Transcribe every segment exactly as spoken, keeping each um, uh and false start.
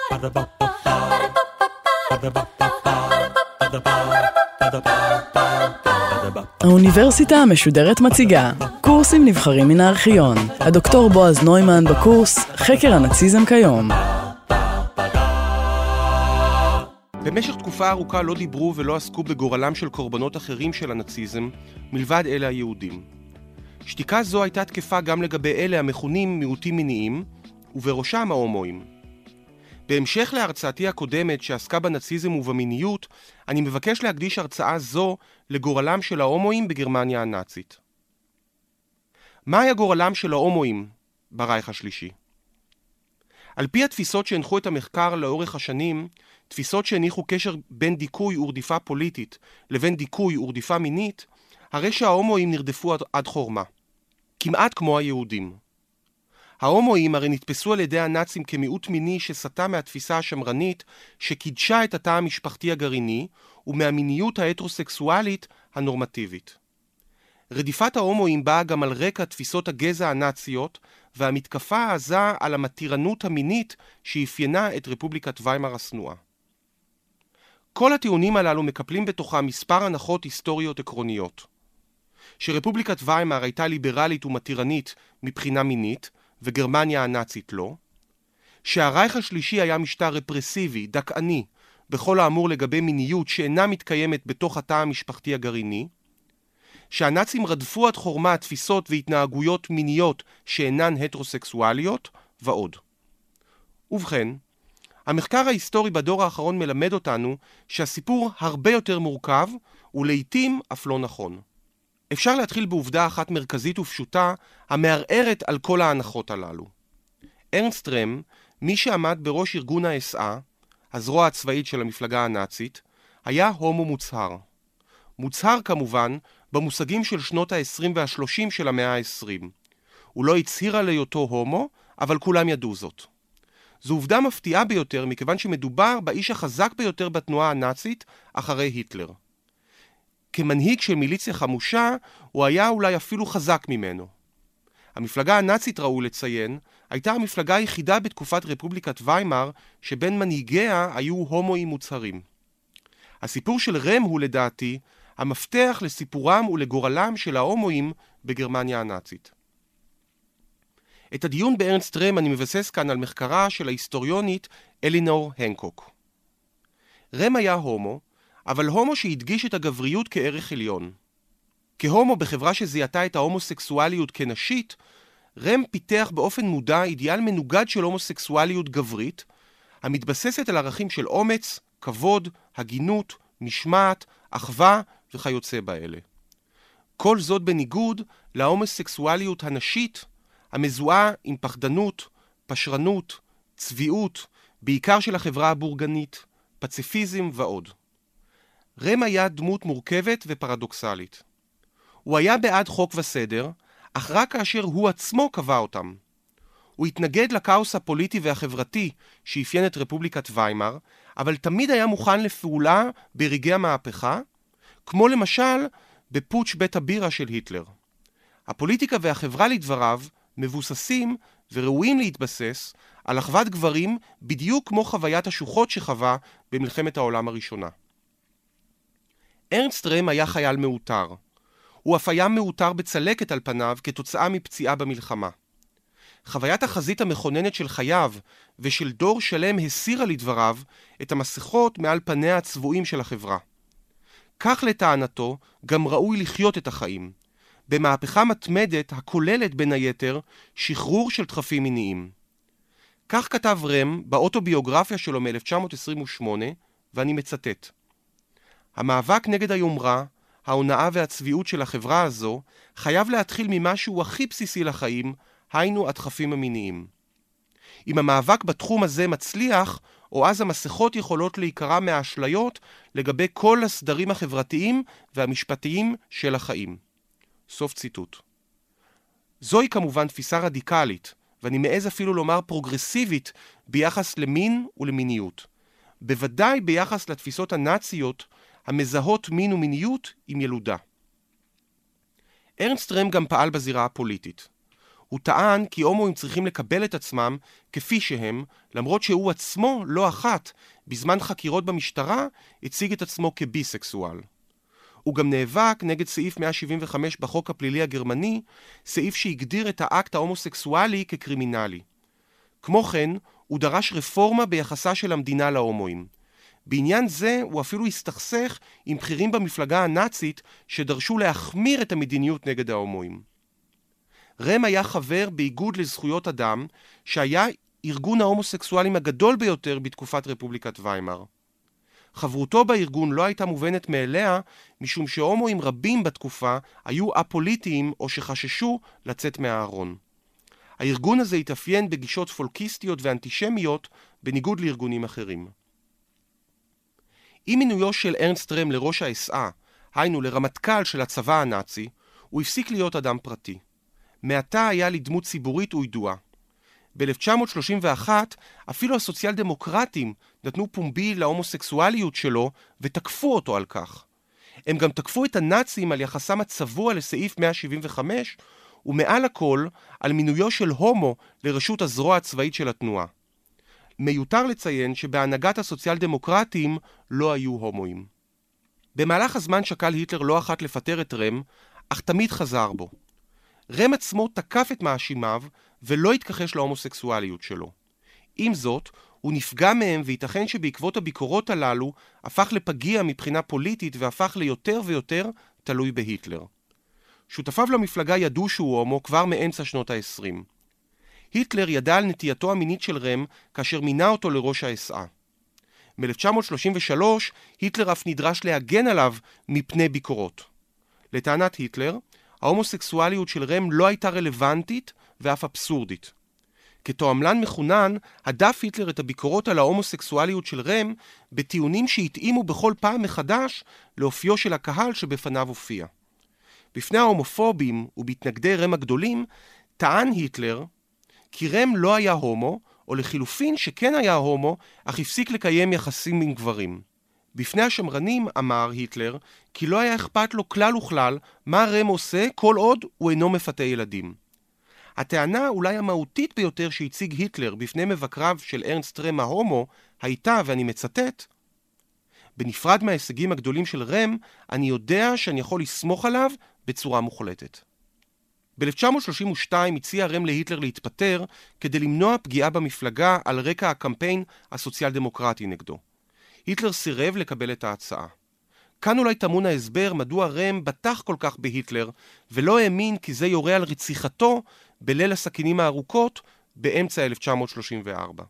האוניברסיטה המשודרת מציגה קורסים נבחרים מן הארכיון. הדוקטור בועז נוימן בקורס חקר הנאציזם כיום. במשך תקופה ארוכה לא דיברו ולא עסקו בגורלם של קורבנות אחרים של הנאציזם, מלבד אלה היהודים. שתיקה זו הייתה תקפה גם לגבי אלה המכונים מיעוטים מיניים, ובראשם ההומואים. בהמשך להרצאתי הקודמת שעסקה בנאציזם ובמיניות, אני מבקש להקדיש הרצאה זו לגורלם של ההומואים בגרמניה הנאצית. מה היה גורלם של ההומואים ברייך השלישי? על פי התפיסות שהנחו את המחקר לאורך השנים, תפיסות שהניחו קשר בין דיכוי ורדיפה פוליטית לבין דיכוי ורדיפה מינית, הרי שההומואים נרדפו עד, עד חורמה, כמעט כמו היהודים. ההומואים הרי נתפסו על ידי הנאצים כמיעוט מיני שסטה מהתפיסה השמרנית שקידשה את התא המשפחתי הגרעיני ומהמיניות ההטרוסקסואלית הנורמטיבית. רדיפת ההומואים באה גם על רקע תפיסות הגזע הנאציות והמתקפה העזה על המתירנות המינית שאפיינה את רפובליקת ויימאר השנואה. כל הטיעונים הללו מקפלים בתוכה מספר הנחות היסטוריות עקרוניות. שרפובליקת ויימאר הייתה ליברלית ומתירנית מבחינה מינית, וגרמניה הנאצית לא. שהרייך השלישי היה משטר רפרסיבי, דכאני, בכל האמור לגבי מיניות שאינה מתקיימת בתוך התא המשפחתי הגרעיני. שהנאצים רדפו עד חורמה תפיסות והתנהגויות מיניות שאינן הטרוסקסואליות, ועוד. ובכן, המחקר ההיסטורי בדור האחרון מלמד אותנו שהסיפור הרבה יותר מורכב ולעיתים אף לא נכון. אפשר להתחיל בעובדה אחת מרכזית ופשוטה המערערת על כל ההנחות הללו. ארנסט רם, מי שעמד בראש ארגון ה-אס אה, הזרוע הצבאית של המפלגה הנאצית, היה הומו מוצהר. מוצהר כמובן במושגים של שנות ה-עשרים וה-שלושים של המאה ה-עשרים. הוא לא הצהיר על היותו הומו, אבל כולם ידעו זאת. זו עובדה מפתיעה ביותר מכיוון שמדובר באיש החזק ביותר בתנועה הנאצית אחרי היטלר. כמנהיג של מיליציה חמושה, הוא היה אולי אפילו חזק ממנו. המפלגה הנאצית, ראוי לציין, הייתה המפלגה היחידה בתקופת רפובליקת ויימאר שבין מנהיגיה היו הומואים מוצהרים. הסיפור של רם הוא לדעתי המפתח לסיפורם ולגורלם של ההומואים בגרמניה הנאצית. את הדיון בארנסט רם אני מבסס כאן על מחקרה של ההיסטוריונית אלינור הנקוק. רם היה הומו, אבל הומו שהדגיש את הגבריות כערך עליון. כהומו בחברה שזיהתה את ההומוסקסואליות כנשית, רם פיתח באופן מודע אידיאל מנוגד של הומוסקסואליות גברית, המתבססת על ערכים של אומץ, כבוד, הגינות, משמעת, אחווה וכיוצא באלה. כל זאת בניגוד להומוסקסואליות הנשית, המזוהה עם פחדנות, פשרנות, צביעות, בעיקר של החברה הבורגנית, פציפיזם ועוד. רם היה דמות מורכבת ופרדוקסלית. הוא היה בעד חוק וסדר, אך רק כאשר הוא עצמו קבע אותם. הוא התנגד לקאוס הפוליטי והחברתי שאפיין את רפובליקת ויימאר, אבל תמיד היה מוכן לפעולה ברגעי המהפכה, כמו למשל בפוטש בית הבירה של היטלר. הפוליטיקה והחברה לדבריו מבוססים וראויים להתבסס על אחוות גברים בדיוק כמו חוויית השוחות שחווה במלחמת העולם הראשונה. ארנסט רם היה חייל מאותר. הוא אף היה מאותר בצלקת על פניו כתוצאה מפציעה במלחמה. חוויית החזית המכוננת של חייו ושל דור שלם הסירה לדבריו את המסכות מעל פניה הצבועים של החברה. כך לטענתו גם ראוי לחיות את החיים, במהפכה מתמדת הכוללת בין היתר שחרור של דחפים מיניים. כך כתב רם באוטוביוגרפיה שלו מ-אלף תשע מאות עשרים ושמונה, ואני מצטט: המאבק נגד היומרה, ההונאה והצביעות של החברה הזו חייב להתחיל ממשהו הכי בסיסי לחיים, היינו הדחפים המיניים. אם המאבק בתחום הזה מצליח, או אז המסכות יכולות להיקרא מהאשליות לגבי כל הסדרים החברתיים והמשפטיים של החיים. סוף ציטוט. זוהי כמובן תפיסה רדיקלית, ואני מעז אפילו לומר פרוגרסיבית ביחס למין ולמיניות. בוודאי ביחס לתפיסות הנאציות המזהות מין ומיניות עם ילודה. ארנסט רם גם פעל בזירה הפוליטית. הוא טען כי הומואים צריכים לקבל את עצמם כפי שהם, למרות שהוא עצמו לא אחת, בזמן חקירות במשטרה, הציג את עצמו כביסקסואל. הוא גם נאבק נגד סעיף מאה שבעים וחמש בחוק הפלילי הגרמני, סעיף שהגדיר את האקט ההומוסקסואלי כקרימינלי. כמו כן, הוא דרש רפורמה ביחסה של המדינה להומואים. בעניין זה הוא אפילו הסתכסך עם בכירים במפלגה הנאצית שדרשו להחמיר את המדיניות נגד ההומואים. רם היה חבר באיגוד לזכויות אדם, שהיה ארגון ההומוסקסואלים הגדול ביותר בתקופת רפובליקת ויימאר. חברותו בארגון לא הייתה מובנת מאליה, משום שהומואים רבים בתקופה היו אפוליטיים או שחששו לצאת מהארון. הארגון הזה התאפיין בגישות פולקיסטיות ואנטישמיות, בניגוד לארגונים אחרים. עם מינויו של ארנסט רם לראש האס אה, היינו לרמטכ"ל של הצבא הנאצי, הוא הפסיק להיות אדם פרטי. מעתה היה לדמות ציבורית וידועה. ב-אלף תשע מאות שלושים ואחת אפילו הסוציאל דמוקרטים נתנו פומבי להומוסקסואליות שלו ותקפו אותו על כך. הם גם תקפו את הנאצים על יחסם הצבוע לסעיף מאה שבעים וחמש, ומעל הכל על מינויו של הומו לרשות הזרוע הצבאית של התנועה. מיותר לציין שבהנהגת הסוציאל דמוקרטים לא היו הומואים. במהלך הזמן שקל היטלר לא אחת לפטר את רם, אך תמיד חזר בו. רם עצמו תקף את מאשימיו ולא התכחש להומוסקסואליות שלו. עם זאת, הוא נפגע מהם וייתכן שבעקבות הביקורות הללו הפך לפגיע מבחינה פוליטית והפך ליותר ויותר תלוי בהיטלר. שותפיו למפלגה ידעו שהוא הומו כבר מאמצע שנות ה-עשרים. היטלר ידע על נטייתו המינית של רם כאשר מינה אותו לראש האס אה. מ-אלף תשע מאות שלושים ושלוש היטלר אף נדרש להגן עליו מפני ביקורות. לטענת היטלר, ההומוסקסואליות של רם לא הייתה רלוונטית ואף אבסורדית. כתועמלן מחונן, הדף היטלר את הביקורות על ההומוסקסואליות של רם בטיעונים שהתאימו בכל פעם מחדש לאופיו של הקהל שבפניו הופיע. בפני ההומופובים ובהתנגדי רם הגדולים, טען היטלר כי רם לא היה הומו, או לחילופין שכן היה הומו, אך הפסיק לקיים יחסים עם גברים. בפני השמרנים אמר היטלר כי לא היה אכפת לו כלל וכלל מה רם עושה כל עוד הוא אינו מפתה ילדים. הטענה אולי המהותית ביותר שהציג היטלר בפני מבקריו של ארנסט רם ההומו הייתה, ואני מצטט, בנפרד מההישגים הגדולים של רם, אני יודע שאני יכול לסמוך עליו בצורה מוחלטת. ב-אלף תשע מאות שלושים ושתיים הציע רם להיטלר להתפטר כדי למנוע פגיעה במפלגה על רקע הקמפיין הסוציאל דמוקרטי נגדו. היטלר סירב לקבל את ההצעה. כאן אולי טמון ההסבר מדוע רם בטח כל כך בהיטלר ולא האמין כי זה יורה על רציחתו בליל הסכינים הארוכות באמצע אלף תשע מאות שלושים וארבע.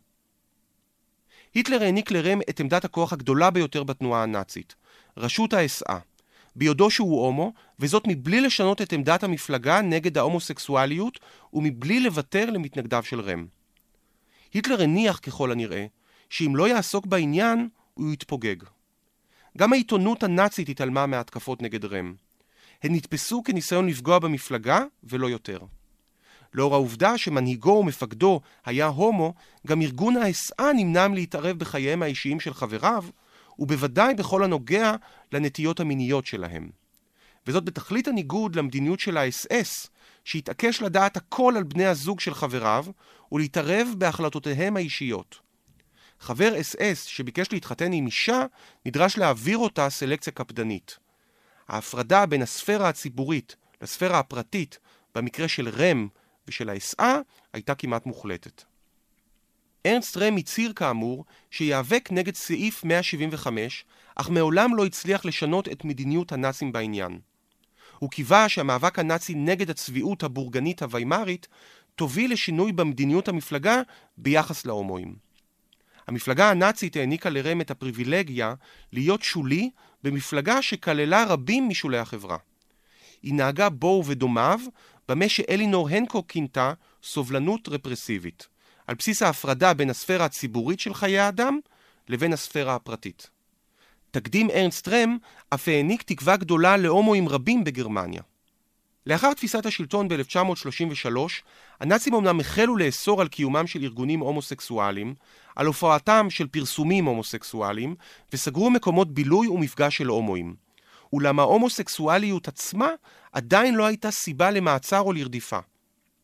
היטלר העניק לרם את עמדת הכוח הגדולה ביותר בתנועה הנאצית, ראשות האס אה, ביודעו שהוא הומו, וזאת מבלי לשנות את עמדת המפלגה נגד ההומוסקסואליות ומבלי לוותר למתנגדיו של רם. היטלר הניח ככל הנראה שאם לא יעסוק בעניין הוא יתפוגג. גם העיתונות הנאצית התעלמה מההתקפות נגד רם. הן נתפסו כניסיון לפגוע במפלגה ולא יותר. לאור העובדה שמנהיגו ומפקדו היה הומו, גם ארגון האס אה נמנע להתערב בחייהם האישיים של חבריו, ובוודאי בכל הנוגע לנטיות המיניות שלהם. וזאת בתכלית הניגוד למדיניות של האס אס, שהתעקש לדעת הכל על בני הזוג של חבריו, ולהתערב בהחלטותיהם האישיות. חבר אס אס שביקש להתחתן עם אישה, נדרש להעביר אותה סלקציה קפדנית. ההפרדה בין הספירה הציבורית לספירה הפרטית, במקרה של רם ושל האס אה, הייתה כמעט מוחלטת. ארנסט רם הצהיר כאמור שיאבק נגד סעיף מאה שבעים וחמש, אך מעולם לא הצליח לשנות את מדיניות הנאצים בעניין. הוא קיווה שהמאבק הנאצי נגד הצביעות הבורגנית הוויימרית תוביל לשינוי במדיניות המפלגה ביחס להומואים. המפלגה הנאצית העניקה לרם את הפריבילגיה להיות שולי במפלגה שכללה רבים משולי החברה. היא נהגה בו ובדומיו במה שאלינור הנקוק כינתה סובלנות רפרסיבית, על בסיס ההפרדה בין הספירה הציבורית של חיי האדם לבין הספירה הפרטית. תקדים ארנסט רם אף העניק תקווה גדולה להומואים רבים בגרמניה. לאחר תפיסת השלטון ב-אלף תשע מאות שלושים ושלוש, הנאצים אמנם החלו לאסור על קיומם של ארגונים הומוסקסואליים, על הופעתם של פרסומים הומוסקסואליים, וסגרו מקומות בילוי ומפגש של הומואים. אולם ההומוסקסואליות עצמה עדיין לא הייתה סיבה למעצר או לרדיפה.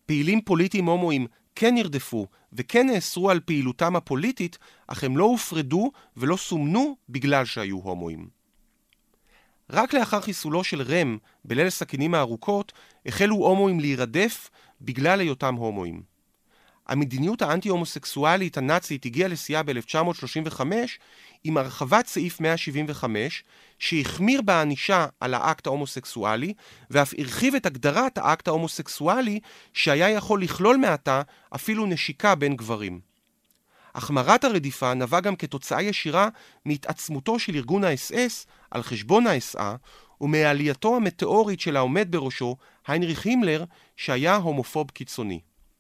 פעילים פוליטיים הומואים כן נרדפו וכן נאסרו על פעילותם הפוליטית, אך הם לא הופרדו ולא סומנו בגלל שהיו הומואים. רק לאחר חיסולו של רם בליל הסכינים הארוכות, החלו הומואים להירדף בגלל היותם הומואים. המדיניות האנטי-הומוסקסואלית הנאצית הגיעה לשיאה ב-אלף תשע מאות שלושים וחמש עם הרחבת סעיף מאה שבעים וחמש, שהחמיר בענישה על האקט ההומוסקסואלי, ואף הרחיב את הגדרת האקט ההומוסקסואלי שהיה יכול לכלול מעתה אפילו נשיקה בין גברים. החמרת הרדיפה נבעה גם כתוצאה ישירה מהתעצמותו של ארגון ה-אס אס על חשבון ה-אס אה ומעלייתו המטאורית של העומד בראשו, היינריך הימלר, שהיה הומופוב קיצוני.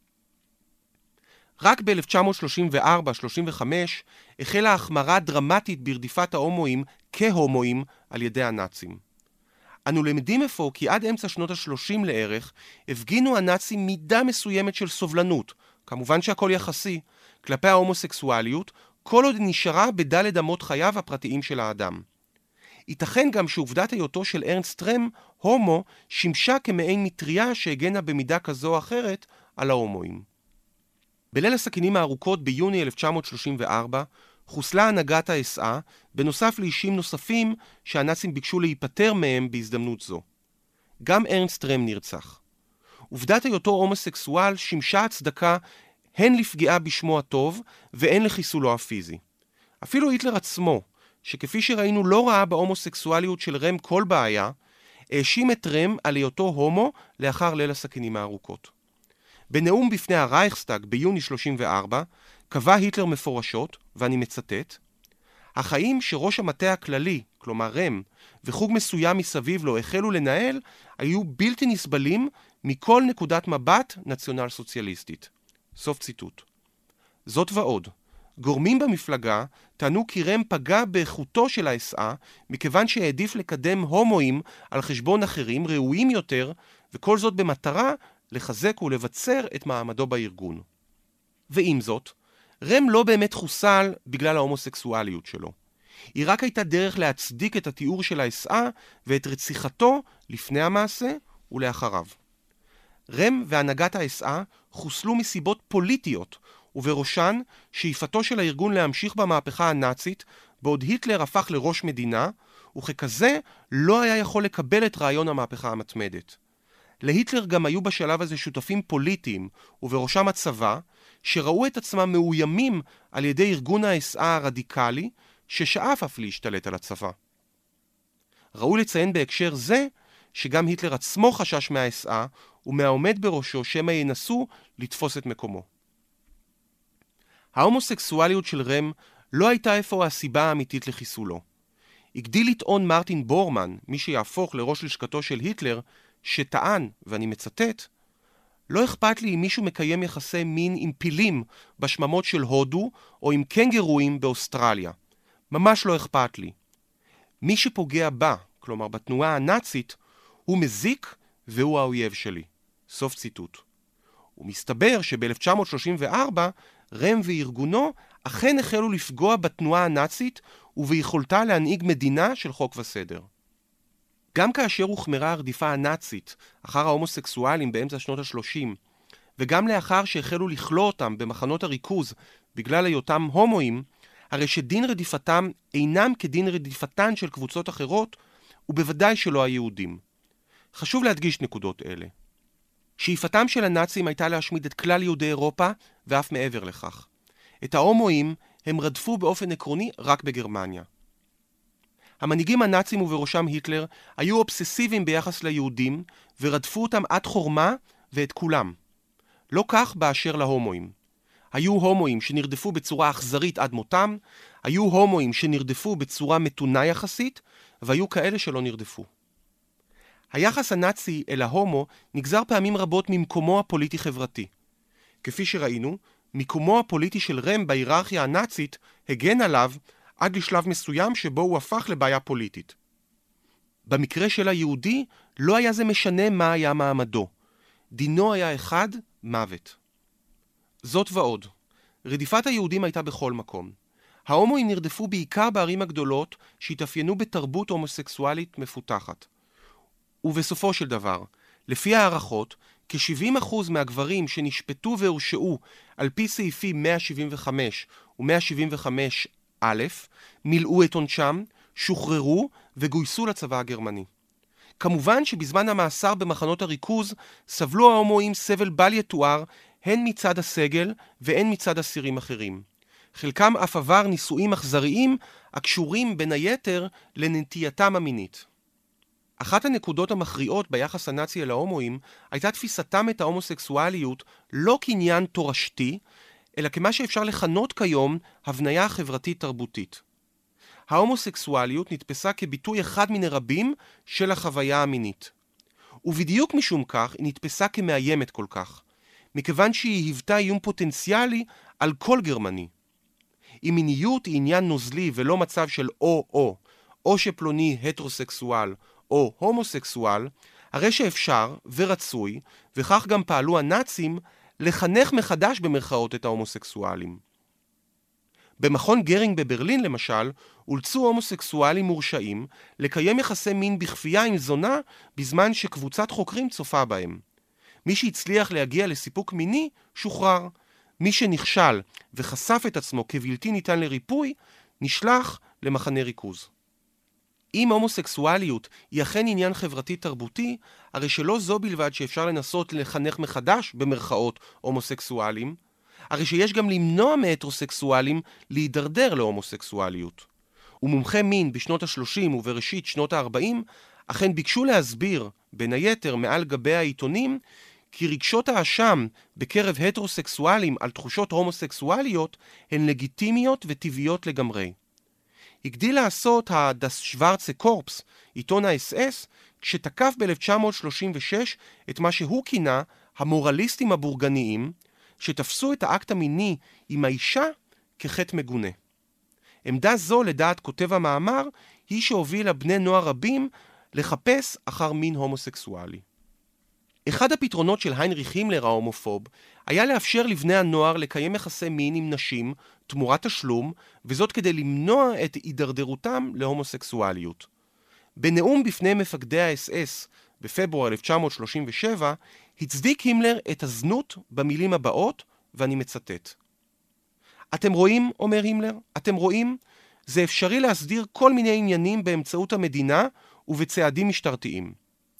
רק ב-אלף תשע מאות שלושים וארבע שלושים וחמש החלה החמרה דרמטית ברדיפת ההומואים כהומואים על ידי הנאצים. אנו למדים אפוא כי עד אמצע שנות ה-שלושים לערך הפגינו הנאצים מידה מסוימת של סובלנות, כמובן שהכל יחסי, כלפי ההומוסקסואליות, כל עוד נשארה בדלת אמות חייו הפרטיים של האדם. ייתכן גם שעובדת היותו של ארנסט רם הומו שימשה כמעין מטריה שהגנה במידה כזו או אחרת על ההומואים. בליל הסכינים הארוכות ביוני אלף תשע מאות שלושים וארבע חוסלה הנהגת ה-אס אה בנוסף לאישים נוספים שהנאצים ביקשו להיפטר מהם בהזדמנות זו. גם ארנסט רם נרצח. עובדת היותו הומוסקסואל שימשה הצדקה הן לפגיעה בשמו הטוב והן לחיסולו הפיזי. אפילו היטלר עצמו, שכפי שראינו לא ראה בהומוסקסואליות של רם כל בעיה, האשים את רם על היותו הומו לאחר ליל הסכינים הארוכות. בנאום בפני הרייכסטאג ביוני שלושים וארבע קבע היטלר מפורשות, ואני מצטט, החיים שראש המטה הכללי, כלומר רם, וחוג מסוים מסביב לו החלו לנהל, היו בלתי נסבלים מכל נקודת מבט נציונל סוציאליסטית. סוף ציטוט. זאת ועוד, גורמים במפלגה טענו כי רם פגע באיכותו של ה-אס אה מכיוון שהעדיף לקדם הומואים על חשבון אחרים ראויים יותר, וכל זאת במטרה לחזק ולבצר את מעמדו בארגון. ועם זאת, רם לא באמת חוסל בגלל ההומוסקסואליות שלו. היא רק הייתה דרך להצדיק את התיאור של ה-אס אה ואת רציחתו לפני המעשה ולאחריו. רם והנהגת ה-אס אה חוסלו מסיבות פוליטיות, ובראשן שאיפתו של הארגון להמשיך במהפכה הנאצית, בעוד היטלר הפך לראש מדינה, וככזה לא היה יכול לקבל את רעיון המהפכה המתמדת. להיטלר גם היו בשלב הזה שותפים פוליטיים, ובראשם הצבא, שראו את עצמם מאוימים על ידי ארגון ה-אס אה הרדיקלי, ששאף אף להשתלט על הצבא. ראו לציין בהקשר זה, שגם היטלר עצמו חשש מה-אס אה, ומהעומד בראשו שמא ינסו לתפוס את מקומו. ההומוסקסואליות של רם לא הייתה אפוא הסיבה האמיתית לחיסולו. הגדיל לטעון מרטין בורמן, מי שיהפוך לראש לשכתו של היטלר, שטען, ואני מצטט, לא אכפת לי אם מישהו מקיים יחסי מין עם פילים בשממות של הודו או עם קנגרואים באוסטרליה. ממש לא אכפת לי. מי שפוגע בה, כלומר בתנועה הנאצית, הוא מזיק והוא האויב שלי. סוף ציטוט. ומסתבר שב-אלף תשע מאות שלושים וארבע רם וארגונו אכן החלו לפגוע בתנועה הנאצית וביכולתה להנהיג מדינה של חוק וסדר. גם כאשר הוחמרה הרדיפה הנאצית אחר ההומוסקסואלים באמצע שנות ה-שלושים, וגם לאחר שהחלו לכלוא אותם במחנות הריכוז בגלל היותם הומואים, הרי שדין רדיפתם אינם כדין רדיפתן של קבוצות אחרות, ובוודאי שלא היהודים. חשוב להדגיש נקודות אלה. שאיפתם של הנאצים הייתה להשמיד את כלל יהודי אירופה, ואף מעבר לכך. את ההומואים הם רדפו באופן עקרוני רק בגרמניה. המנהיגים הנאצים ובראשם היטלר היו אובססיביים ביחס ליהודים, ורדפו אותם עד חורמה ואת כולם. לא כך באשר להומואים. היו הומואים שנרדפו בצורה אכזרית עד מותם, היו הומואים שנרדפו בצורה מתונה יחסית, והיו כאלה שלא נרדפו. היחס הנאצי אל ההומו נגזר פעמים רבות ממקומו הפוליטי-חברתי. כפי שראינו, מיקומו הפוליטי של רם בהיררכיה הנאצית הגן עליו עד לשלב מסוים שבו הוא הפך לבעיה פוליטית. במקרה של היהודי לא היה זה משנה מה היה מעמדו. דינו היה אחד, מוות. זאת ועוד, רדיפת היהודים הייתה בכל מקום. ההומואים נרדפו בעיקר בערים הגדולות שהתאפיינו בתרבות הומוסקסואלית מפותחת. ובסופו של דבר, לפי הערכות, כ-שבעים אחוז מהגברים שנשפטו והורשעו על פי סעיפים מאה שבעים וחמש ו-מאה שבעים וחמש א' מילאו את עונשם, שוחררו וגויסו לצבא הגרמני. כמובן שבזמן המאסר במחנות הריכוז סבלו ההומואים סבל בל יתואר הן מצד הסגל והן מצד אסירים אחרים. חלקם אף עבר ניסויים אכזריים הקשורים בין היתר לנטייתם המינית. אחת הנקודות המכריעות ביחס הנאצי אל ההומואים הייתה תפיסתם את ההומוסקסואליות לא כעניין תורשתי, אלא כמה שאפשר לכנות כיום הבניה חברתית תרבותית. ההומוסקסואליות נתפסה כביטוי אחד מיני רבים של החוויה המינית. ובדיוק משום כך היא נתפסה כמאיימת כל כך, מכיוון שהיא היוותה איום פוטנציאלי על כל גרמני. אם מיניות היא עניין נוזלי ולא מצב של או-או, או שפלוני הטרוסקסואל או הומוסקסואל, הרי שאפשר ורצוי, וכך גם פעלו הנאצים, לחנך מחדש במרכאות את ההומוסקסואלים. במכון גרינג בברלין למשל, אולצו הומוסקסואלים מורשעים לקיים יחסי מין בכפייה עם זונה בזמן שקבוצת חוקרים צופה בהם. מי שהצליח להגיע לסיפוק מיני שוחרר. מי שנכשל וחשף את עצמו כבלתי ניתן לריפוי, נשלח למחנה ריכוז. אם הומוסקסואליות היא אכן עניין חברתי תרבותי, הרי שלא זו בלבד שאפשר לנסות לחנך מחדש במרכאות הומוסקסואלים, הרי שיש גם למנוע מהטרוסקסואלים להידרדר להומוסקסואליות. ומומחי מין בשנות ה-שלושים ובראשית שנות ה-ארבעים אכן ביקשו להסביר, בין היתר מעל גבי העיתונים, כי רגשות האשם בקרב הטרוסקסואלים על תחושות הומוסקסואליות הן לגיטימיות וטבעיות לגמרי. הגדיל לעשות הדס שוורצה קורפס, עיתון ה-אס אס, כשתקף ב-אלף תשע מאות שלושים ושש את מה שהוא כינה המורליסטים הבורגניים, שתפסו את האקט המיני עם האישה כחטא מגונה. עמדה זו, לדעת כותב המאמר, היא שהובילה בני נוער רבים לחפש אחר מין הומוסקסואלי. אחד הפתרונות של היינריך הימלר ההומופוב היה לאפשר לבני הנוער לקיים יחסי מין עם נשים תמורת תשלום, וזאת כדי למנוע את הידרדרותם להומוסקסואליות. בנאום בפני מפקדי ה-אס אס בפברואר אלף תשע מאות שלושים ושבע, הצדיק הימלר את הזנות במילים הבאות, ואני מצטט. אתם רואים, אומר הימלר, אתם רואים, זה אפשרי להסדיר כל מיני עניינים באמצעות המדינה ובצעדים משטרתיים.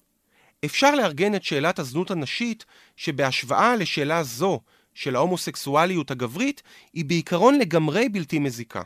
אפשר לארגן את שאלת הזנות הנשית, שבהשוואה לשאלה זו של ההומוסקסואליות הגברית, היא בעיקרון לגמרי בלתי מזיקה.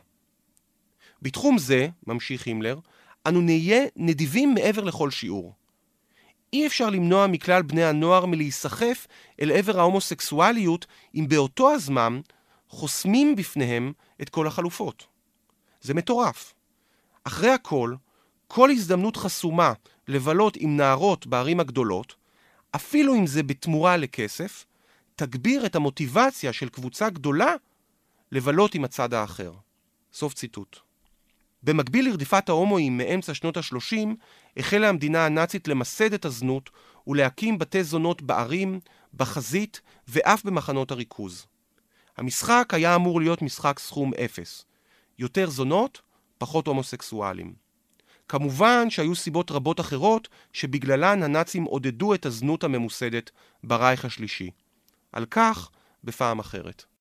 בתחום זה, ממשיך הימלר, אנו נהיה נדיבים מעבר לכל שיעור. אי אפשר למנוע מכלל בני הנוער מלהיסחף אל עבר ההומוסקסואליות, אם באותו הזמן חוסמים בפניהם את כל החלופות. זה מטורף. אחרי הכל, כל הזדמנות חסומה לבלות עם נערות בערים הגדולות, אפילו אם זה בתמורה לכסף, תגביר את המוטיבציה של קבוצה גדולה לבלות עם הצד האחר. סוף ציטוט. במקביל לרדיפת ההומואים מאמצע שנות ה-שלושים, החלה המדינה הנאצית למסד את הזנות ולהקים בתי זונות בערים, בחזית ואף במחנות הריכוז. המשחק היה אמור להיות משחק סכום אפס. יותר זונות, פחות הומוסקסואלים. כמובן שהיו סיבות רבות אחרות שבגללן הנאצים עודדו את הזנות הממוסדת ברייך השלישי. על כך בפעם אחרת.